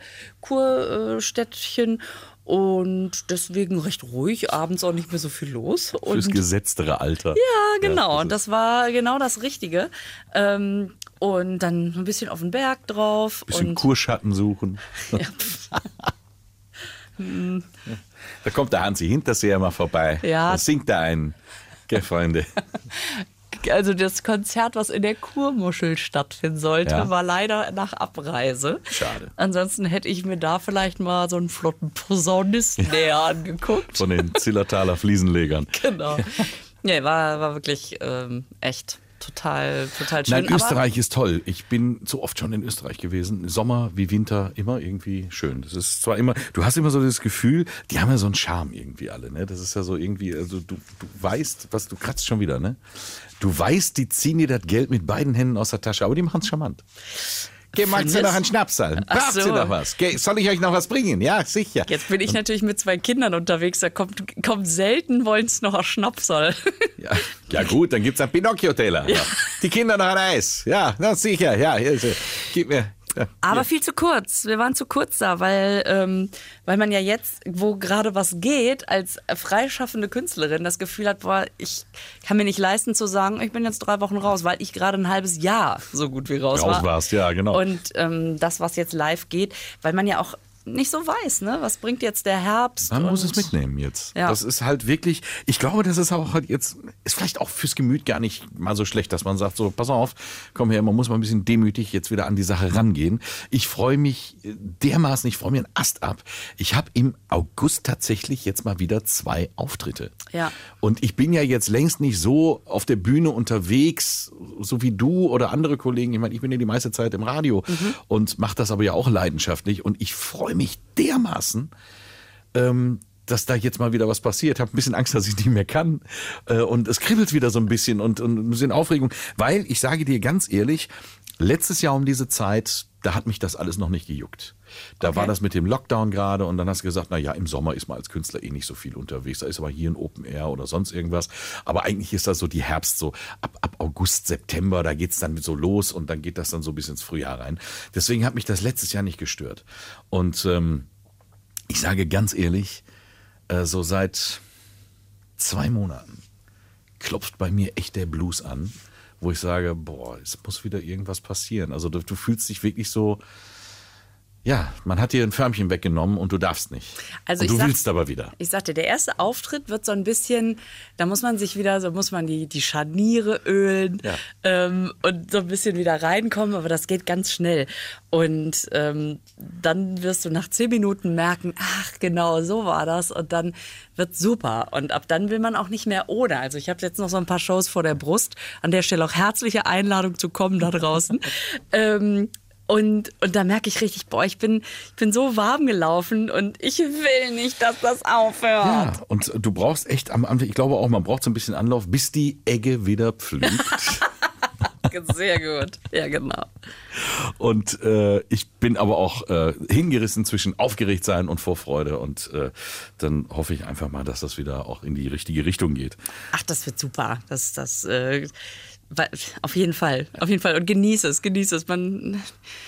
S2: Kurstädtchen und deswegen recht ruhig, abends auch nicht mehr so viel los.
S1: Fürs
S2: Und
S1: gesetztere Alter.
S2: ja, genau.
S1: Ja,
S2: Und das war genau das Richtige. Ähm, und dann ein bisschen auf den Berg drauf.
S1: Bisschen
S2: und
S1: Kurschatten suchen. Da kommt der Hansi Hinterseher mal vorbei.
S2: Ja.
S1: Da singt er ein. Gell, Freunde?
S2: Also das Konzert, was in der Kurmuschel stattfinden sollte,
S1: Ja.
S2: war leider nach Abreise.
S1: Schade.
S2: Ansonsten hätte ich mir da vielleicht mal so einen flotten Posaunisten näher angeguckt.
S1: Von den Zillertaler Fliesenlegern.
S2: Genau. Nee, war, war wirklich ähm, echt total, total schön.
S1: Nein, Österreich ist toll. Ich bin so oft schon in Österreich gewesen. Sommer wie Winter, immer irgendwie schön. Das ist zwar immer, du hast immer so das Gefühl, die haben ja so einen Charme irgendwie alle, ne? Das ist ja so irgendwie, also du, du weißt, was du kratzt schon wieder, ne? Du weißt, die ziehen dir das Geld mit beiden Händen aus der Tasche, aber die machen es charmant. Geh, magst du noch einen Schnapsal? Braucht
S2: so.
S1: ihr noch was? Geh, soll ich euch noch was bringen? Ja, sicher.
S2: Jetzt bin ich natürlich mit zwei Kindern unterwegs, da kommt, kommt selten, wollen es noch ein Schnapsal.
S1: Ja, ja gut, dann gibt's einen Pinocchio-Teller. Ja. Die Kinder noch ein Eis. Ja, na sicher. Ja, hier, gib mir. Ja,
S2: Aber
S1: hier.
S2: viel zu kurz. Wir waren zu kurz da, weil, ähm, weil man ja jetzt, wo gerade was geht, als freischaffende Künstlerin das Gefühl hat, boah, ich kann mir nicht leisten zu sagen, ich bin jetzt drei Wochen raus, weil ich gerade ein halbes Jahr so gut wie raus,
S1: Raus
S2: war.
S1: warst, ja, genau.
S2: Und ähm, das, was jetzt live geht, weil man ja auch nicht so weiß, ne? Was bringt jetzt der Herbst?
S1: Man muss
S2: und-
S1: es mitnehmen jetzt.
S2: Ja.
S1: Das ist halt wirklich, ich glaube, das ist auch halt jetzt, ist vielleicht auch fürs Gemüt gar nicht mal so schlecht, dass man sagt, so, pass auf, komm her, man muss mal ein bisschen demütig jetzt wieder an die Sache rangehen. Ich freue mich dermaßen, ich freue mich einen Ast ab. Ich habe im August tatsächlich jetzt mal wieder zwei Auftritte.
S2: Ja.
S1: Und ich bin ja jetzt längst nicht so auf der Bühne unterwegs, so wie du oder andere Kollegen. Ich meine, ich bin ja die meiste Zeit im Radio
S2: Mhm.
S1: und mache das aber ja auch leidenschaftlich. Und ich freue mich dermaßen, ähm, dass da jetzt mal wieder was passiert. Ich habe ein bisschen Angst, dass ich nicht mehr kann. Äh, und es kribbelt wieder so ein bisschen und, und ein bisschen Aufregung. Weil, ich sage dir ganz ehrlich, letztes Jahr um diese Zeit, da hat mich das alles noch nicht gejuckt. Da
S2: Okay.
S1: war das mit dem Lockdown gerade und dann hast du gesagt, na ja, im Sommer ist man als Künstler eh nicht so viel unterwegs. Da ist aber hier ein Open Air oder sonst irgendwas. Aber eigentlich ist das so die Herbst, so ab, ab August, September, da geht's dann so los und dann geht das dann so bis ins Frühjahr rein. Deswegen hat mich das letztes Jahr nicht gestört. Und ähm, ich sage ganz ehrlich, äh, so seit zwei Monaten klopft bei mir echt der Blues an, wo ich sage, boah, es muss wieder irgendwas passieren. Also du, du fühlst dich wirklich so, ja, man hat dir ein Förmchen weggenommen und du darfst nicht.
S2: Also
S1: und
S2: ich
S1: du
S2: sag-
S1: willst aber wieder.
S2: Ich sagte, der erste Auftritt wird so ein bisschen, da muss man sich wieder, so muss man die, die Scharniere ölen
S1: Ja.
S2: ähm, und so ein bisschen wieder reinkommen, aber das geht ganz schnell. Und ähm, dann wirst du nach zehn Minuten merken, ach genau, so war das und dann wird super. Und ab dann will man auch nicht mehr ohne. Also ich habe jetzt noch so ein paar Shows vor der Brust, an der Stelle auch herzliche Einladung zu kommen da draußen. ähm, Und, und da merke ich richtig, boah, ich bin, ich bin so warm gelaufen und ich will nicht, dass das aufhört.
S1: Ja, und du brauchst echt am Anfang, ich glaube auch, man braucht so ein bisschen Anlauf, bis die Egge wieder pflügt.
S2: Sehr gut. Ja, genau.
S1: Und äh, ich bin aber auch äh, hingerissen zwischen aufgeregt sein und Vorfreude. Und äh, dann hoffe ich einfach mal, dass das wieder auch in die richtige Richtung geht.
S2: Ach, das wird super. Das, das, äh, wa- auf jeden Fall. Auf jeden Fall. Und genieße es, genieße es. Man,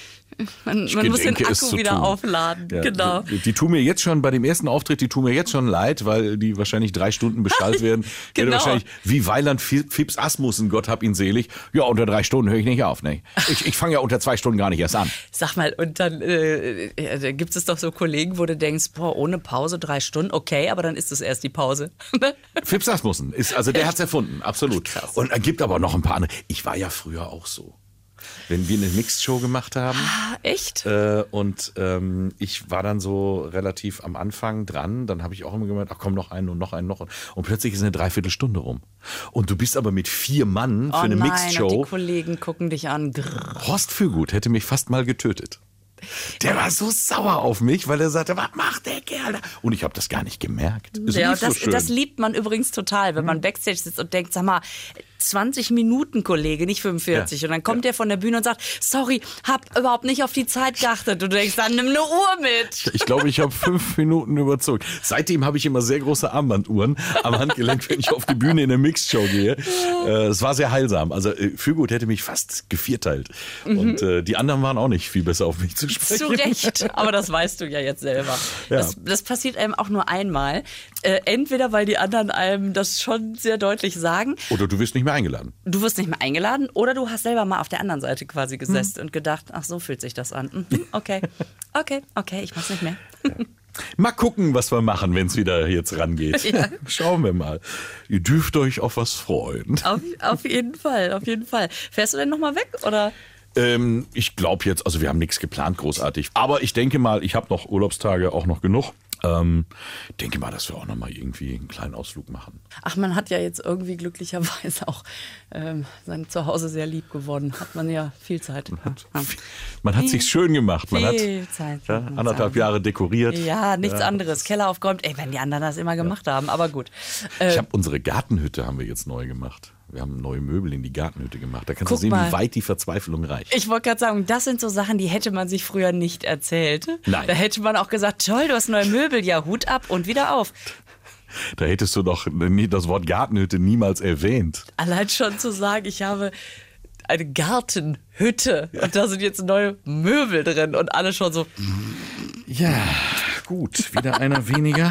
S2: man, man muss den
S1: Gedenke, es
S2: Akku
S1: zu
S2: wieder
S1: tun.
S2: aufladen.
S1: Ja,
S2: Genau.
S1: Die, die tun mir jetzt schon bei dem ersten Auftritt, die tun mir jetzt schon leid, weil die wahrscheinlich drei Stunden beschallt werden. Ich werde
S2: Genau.
S1: wahrscheinlich wie Weiland Fips Asmussen, Gott hab ihn selig. Ja, unter drei Stunden höre ich nicht auf. Ne? Ich, ich fange ja unter zwei Stunden gar nicht erst an.
S2: Sag mal, und dann äh, äh, da gibt es doch so Kollegen, wo du denkst, boah, ohne Pause drei Stunden, okay, aber dann ist es erst die Pause.
S1: Fips Asmussen ist, also der hat's erfunden, absolut.
S2: Krass.
S1: Und er gibt aber noch ein paar andere. Ich war ja früher auch so. Wenn wir eine Mixed-Show gemacht haben,
S2: Ah, echt?
S1: Äh, und ähm, ich war dann so relativ am Anfang dran. Dann habe ich auch immer gemeint, ach komm, noch einen und noch einen noch. Und plötzlich ist eine Dreiviertelstunde rum. Und du bist aber mit vier Mann für
S2: Oh
S1: eine
S2: nein,
S1: Mixed-Show.
S2: und die Kollegen gucken dich an. Grrr.
S1: Horst Fürgut hätte mich fast mal getötet. Der war so sauer auf mich, weil er sagte, was macht der Kerl da? Und ich habe das gar nicht gemerkt. Es
S2: Ja,
S1: lief
S2: das,
S1: so schön.
S2: das liebt man übrigens total, wenn man Backstage sitzt und denkt, sag mal, zwanzig Minuten, Kollege, nicht fünfundvierzig.
S1: Ja.
S2: Und dann kommt der von der Bühne und sagt, sorry, hab überhaupt nicht auf die Zeit geachtet. Und du denkst, dann nimm eine Uhr mit.
S1: Ich glaube, ich habe fünf Minuten überzogen. Seitdem habe ich immer sehr große Armbanduhren am Handgelenk, wenn ich auf die Bühne in eine Mixed-Show gehe. Äh, es war sehr heilsam. Also äh, Fürgut hätte mich fast gevierteilt. Und äh, die anderen waren auch nicht viel besser auf mich zu sprechen.
S2: Zu Recht. Aber das weißt du ja jetzt selber.
S1: Ja.
S2: Das, das passiert einem auch nur einmal. Äh, entweder, weil die anderen einem das schon sehr deutlich sagen,
S1: Oder du wirst nicht mehr eingeladen.
S2: du wirst nicht mehr eingeladen, oder du hast selber mal auf der anderen Seite quasi gesessen
S1: Hm.
S2: und gedacht, ach, so fühlt sich das an. Mhm, okay, okay, okay, ich mach's nicht mehr.
S1: Mal gucken, was wir machen, wenn es wieder jetzt rangeht.
S2: Ja.
S1: Schauen wir mal. Ihr dürft euch auf was freuen.
S2: Auf, auf jeden Fall, auf jeden Fall. Fährst du denn nochmal weg, oder?
S1: Ähm, ich glaube jetzt, also wir haben nichts geplant großartig. Aber ich denke mal, ich habe noch Urlaubstage auch noch genug. Ähm, denke mal, dass wir auch nochmal irgendwie einen kleinen Ausflug machen.
S2: Ach, man hat ja jetzt irgendwie glücklicherweise auch ähm, sein Zuhause sehr lieb gewonnen. Hat man ja viel Zeit. Ja.
S1: Man hat sich schön gemacht. Man hat
S2: Viel Zeit.
S1: ja, anderthalb Jahre dekoriert.
S2: Ja, nichts
S1: Ja.
S2: anderes. Keller aufgeräumt. Ey, wenn die anderen das immer gemacht haben, aber gut. Äh,
S1: Ich habe unsere Gartenhütte haben wir jetzt neu gemacht. Wir haben neue Möbel in die Gartenhütte gemacht. Da kannst
S2: Guck
S1: du sehen,
S2: mal.
S1: wie weit die Verzweiflung reicht.
S2: Ich wollte gerade sagen, das sind so Sachen, die hätte man sich früher nicht erzählt.
S1: Nein.
S2: Da hätte man auch gesagt, toll, du hast neue Möbel, ja, Hut ab und wieder auf.
S1: Da hättest du doch nie das Wort Gartenhütte niemals erwähnt.
S2: Allein schon zu sagen, ich habe eine Gartenhütte und da sind jetzt neue Möbel drin und alle schon so,
S1: Ja, gut, wieder einer weniger.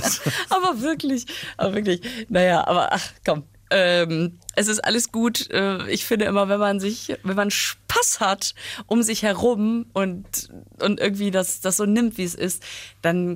S2: aber wirklich, aber wirklich, naja, aber ach komm. Ähm, es ist alles gut. Äh, Ich finde immer, wenn man sich, wenn man Spaß hat um sich herum und, und irgendwie das, das so nimmt, wie es ist, dann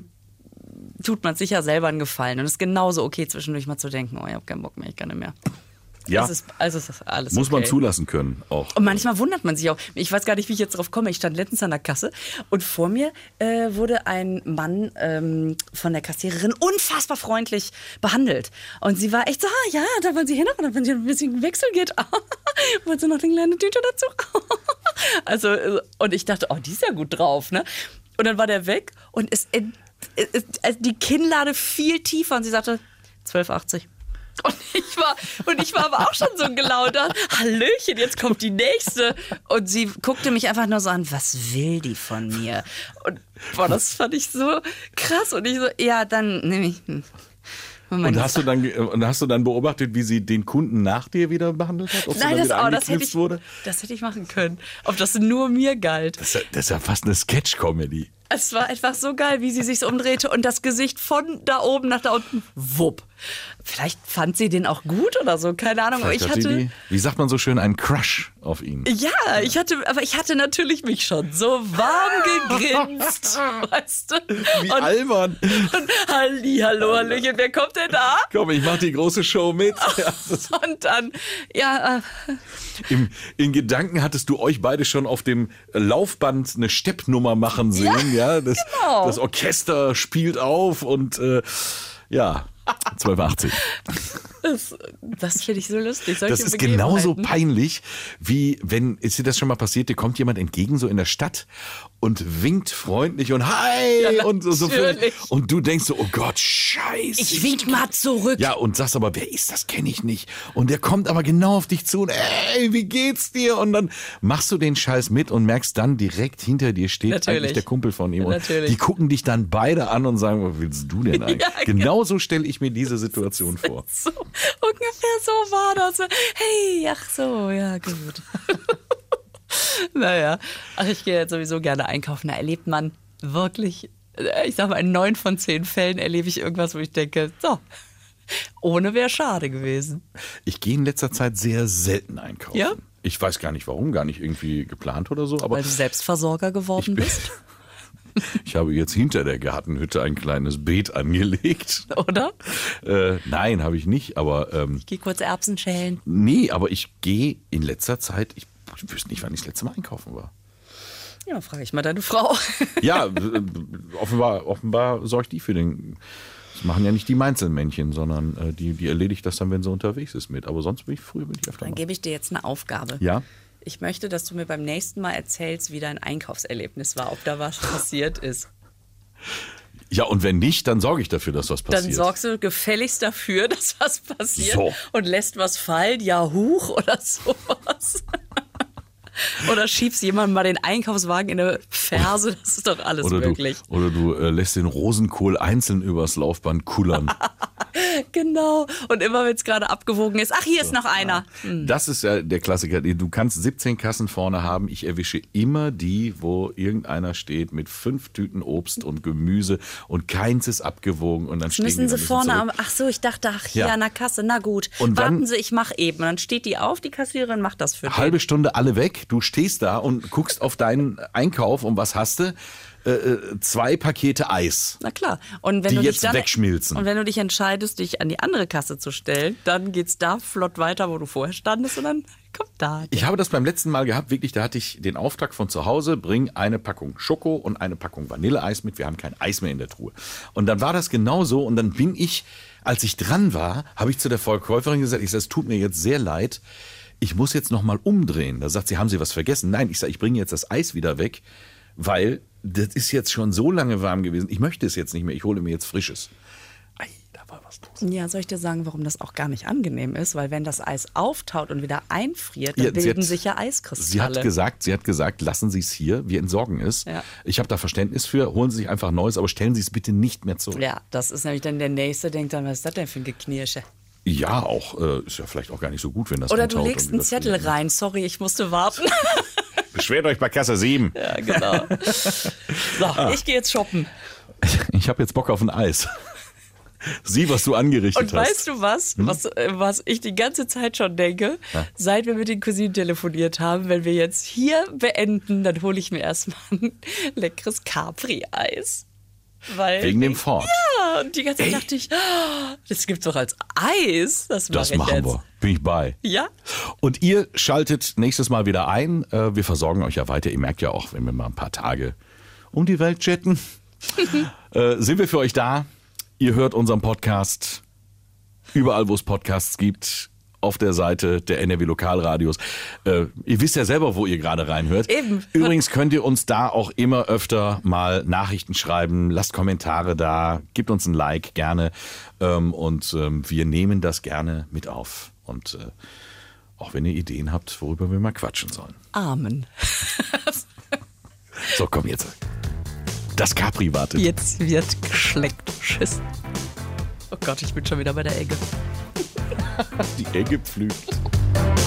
S2: tut man sich ja selber einen Gefallen. Und es ist genauso okay, zwischendurch mal zu denken, oh, ich habe keinen Bock mehr, ich kann nicht mehr.
S1: Ja,
S2: Es ist, also es ist alles
S1: muss
S2: okay.
S1: man zulassen können auch.
S2: Und manchmal wundert man sich auch. Ich weiß gar nicht, wie ich jetzt drauf komme. Ich stand letztens an der Kasse und vor mir äh, wurde ein Mann ähm, von der Kassiererin unfassbar freundlich behandelt. Und sie war echt so, ah, ja, da wollen Sie hin, und wenn Sie ein bisschen Wechsel geht, wollen Sie noch eine kleine Tüte dazu? Also, äh, und ich dachte, oh, die ist ja gut drauf, ne? Und dann war der weg und es, äh, äh, äh, die Kinnlade viel tiefer und sie sagte, zwölf achtzig. Und ich war, und ich war aber auch schon so gelaunt. Hallöchen, jetzt kommt die nächste. Und sie guckte mich einfach nur so an, was will die von mir? Und boah, das fand ich so krass. Und ich so, ja, dann nehme ich. Moment.
S1: Und hast, du dann, und hast du dann beobachtet, wie sie den Kunden nach dir wieder behandelt hat? Ob sie
S2: Nein,
S1: dann
S2: das,
S1: wieder
S2: oh, das, hätte
S1: angeknipst
S2: ich,
S1: wurde?
S2: das hätte ich machen können. Ob das nur mir galt.
S1: Das ist, ja, das ist ja fast eine Sketch-Comedy.
S2: Es war einfach so geil, wie sie sich so umdrehte und das Gesicht von da oben nach da unten, wupp. Vielleicht fand sie den auch gut oder so, keine Ahnung. Aber ich
S1: Vielleicht hat sie
S2: hatte,
S1: die, wie sagt man so schön, einen Crush auf ihn.
S2: ja, ich hatte, aber ich hatte natürlich mich schon so warm gegrinst, weißt du?
S1: Wie
S2: und,
S1: albern.
S2: und Halli, hallo, Hallöchen, wer kommt denn da?
S1: Komm, ich mach die große Show mit. Ja, das-
S2: Und dann, ja, äh,
S1: Im, in Gedanken hattest du euch beide schon auf dem Laufband eine Steppnummer machen sehen. Ja, das,
S2: genau.
S1: das Orchester spielt auf und äh, ja, zwölf achtzig.
S2: das, das finde ich so lustig. Solche
S1: Das ist genauso
S2: Begebenheiten.
S1: peinlich, wie wenn, ist dir das schon mal passiert, dir kommt jemand entgegen so in der Stadt und winkt freundlich und hi
S2: Ja,
S1: und so, so
S2: natürlich.
S1: und du denkst so, oh Gott, scheiße.
S2: Ich wink mal zurück.
S1: Ja, und sagst aber, wer ist das, kenne ich nicht. Und der kommt aber genau auf dich zu und ey, wie geht's dir? Und dann machst du den Scheiß mit und merkst dann direkt hinter dir steht
S2: Natürlich.
S1: eigentlich der Kumpel von ihm. Und
S2: Natürlich.
S1: die gucken dich dann beide an und sagen, was willst du denn eigentlich?
S2: Ja,
S1: genau so stelle ich mir diese Situation vor.
S2: So, ungefähr so war das. Hey, ach so, ja, gut. Naja, ach, ich gehe jetzt sowieso gerne einkaufen. Da erlebt man wirklich, ich sag mal, in neun von zehn Fällen erlebe ich irgendwas, wo ich denke, so, ohne wäre schade gewesen.
S1: Ich gehe in letzter Zeit sehr selten einkaufen.
S2: Ja?
S1: Ich weiß gar nicht warum, gar nicht irgendwie geplant oder so, aber
S2: Weil du Selbstversorger geworden
S1: bin-
S2: bist,
S1: ich habe jetzt hinter der Gartenhütte ein kleines Beet angelegt.
S2: oder?
S1: Äh, nein, habe ich nicht, aber ähm,
S2: Ich gehe kurz Erbsen schälen.
S1: nee, aber ich gehe in letzter Zeit, ich, ich wüsste nicht, wann ich das letzte Mal einkaufen war.
S2: Ja, frage ich mal deine Frau.
S1: Ja, äh, offenbar, offenbar sorgt die für den. Das machen ja nicht die Mainzelmännchen, sondern äh, die, die erledigt das dann, wenn sie unterwegs ist mit. Aber sonst bin ich früher bin ich öfter
S2: Dann
S1: mal.
S2: gebe ich dir jetzt eine Aufgabe.
S1: Ja?
S2: Ich möchte, dass du mir beim nächsten Mal erzählst, wie dein Einkaufserlebnis war, ob da was passiert ist.
S1: Ja, und wenn nicht, dann sorge ich dafür, dass was passiert.
S2: Dann sorgst du gefälligst dafür, dass was passiert
S1: So.
S2: und lässt was fallen, ja huch oder sowas. Oder schiebst jemandem mal den Einkaufswagen in eine Ferse, das ist doch alles
S1: oder
S2: möglich.
S1: du, oder du äh, lässt den Rosenkohl einzeln übers Laufband kullern.
S2: Genau. Und immer, wenn es gerade abgewogen ist, ach, hier ist noch einer. Hm.
S1: Das ist ja der Klassiker. Du kannst siebzehn Kassen vorne haben. Ich erwische immer die, wo irgendeiner steht mit fünf Tüten Obst und Gemüse und keins ist abgewogen. Und dann stehen
S2: Müssen
S1: die
S2: sie
S1: dann ein bisschen
S2: vorne
S1: zurück.
S2: am, ach so, ich dachte, ach, hier
S1: Ja.
S2: an der Kasse, na gut.
S1: Und dann-
S2: Warten Sie, ich mach eben. Und dann steht die auf, die Kassiererin macht das für dich.
S1: Halbe Stunde alle weg, du stehst da und guckst auf deinen Einkauf und was hast du? äh, zwei Pakete Eis.
S2: Na klar. Und wenn
S1: Die
S2: du
S1: jetzt
S2: dich dann,
S1: wegschmilzen.
S2: Und wenn du dich entscheidest, dich an die andere Kasse zu stellen, dann geht's da flott weiter, wo du vorher standest und dann kommt da.
S1: Ich habe das beim letzten Mal gehabt, wirklich, da hatte ich den Auftrag von zu Hause, bring eine Packung Schoko und eine Packung Vanilleeis mit, wir haben kein Eis mehr in der Truhe. Und dann war das genauso und dann bin ich, als ich dran war, habe ich zu der Verkäuferin gesagt, ich sage, es tut mir jetzt sehr leid, ich muss jetzt nochmal umdrehen. Da sagt sie, haben Sie was vergessen? Nein, ich sage, ich bringe jetzt das Eis wieder weg, weil das ist jetzt schon so lange warm gewesen, ich möchte es jetzt nicht mehr, ich hole mir jetzt Frisches. Ei, da war was los.
S2: Ja, soll ich dir sagen, warum das auch gar nicht angenehm ist? Weil wenn das Eis auftaut und wieder einfriert, dann
S1: Ja, sie
S2: bilden
S1: hat-
S2: sich ja Eiskristalle.
S1: Sie hat gesagt, sie hat gesagt, lassen Sie es hier, wir entsorgen es.
S2: Ja.
S1: Ich habe da Verständnis für, holen Sie sich einfach Neues, aber stellen Sie es bitte nicht mehr zurück.
S2: Ja, das ist nämlich dann der Nächste, denkt dann, was ist das denn für ein Geknirsche?
S1: Ja, auch, äh, ist ja vielleicht auch gar nicht so gut, wenn das
S2: Oder du
S1: antaut
S2: legst
S1: und
S2: einen
S1: wieder
S2: Zettel
S1: fliegt.
S2: rein, sorry, ich musste warten.
S1: Beschwert euch bei Kasse sieben.
S2: Ja, genau. So,
S1: Ah.
S2: ich gehe jetzt shoppen.
S1: Ich habe jetzt Bock auf ein Eis. Sieh, was du angerichtet
S2: Und
S1: hast.
S2: weißt du was, was, äh, was ich die ganze Zeit schon denke? Seit wir mit den Cousinen telefoniert haben, wenn wir jetzt hier beenden, dann hole ich mir erstmal ein leckeres Capri-Eis. Weil
S1: Wegen dem Ford.
S2: Ja, und die ganze Zeit dachte ich, oh, das gibt's doch als Eis. Das,
S1: Das
S2: mach ich
S1: machen
S2: jetzt.
S1: wir. Bin ich bei.
S2: Ja?
S1: Und ihr schaltet nächstes Mal wieder ein. Äh, Wir versorgen euch ja weiter. Ihr merkt ja auch, wenn wir mal ein paar Tage um die Welt jetten, äh, sind wir für euch da. Ihr hört unseren Podcast überall, wo es Podcasts gibt. Auf der Seite der N R W Lokalradios. Äh, ihr wisst ja selber, wo ihr gerade reinhört.
S2: Eben.
S1: Übrigens könnt ihr uns da auch immer öfter mal Nachrichten schreiben. Lasst Kommentare da. Gebt uns ein Like gerne. Ähm, und ähm, wir nehmen das gerne mit auf. Und äh, auch wenn ihr Ideen habt, worüber wir mal quatschen sollen.
S2: Amen.
S1: So, komm jetzt. Das Capri wartet.
S2: Jetzt wird geschleckt. Tschüss. Oh Gott, ich bin schon wieder bei der Egge.
S1: Die Egge pflügt.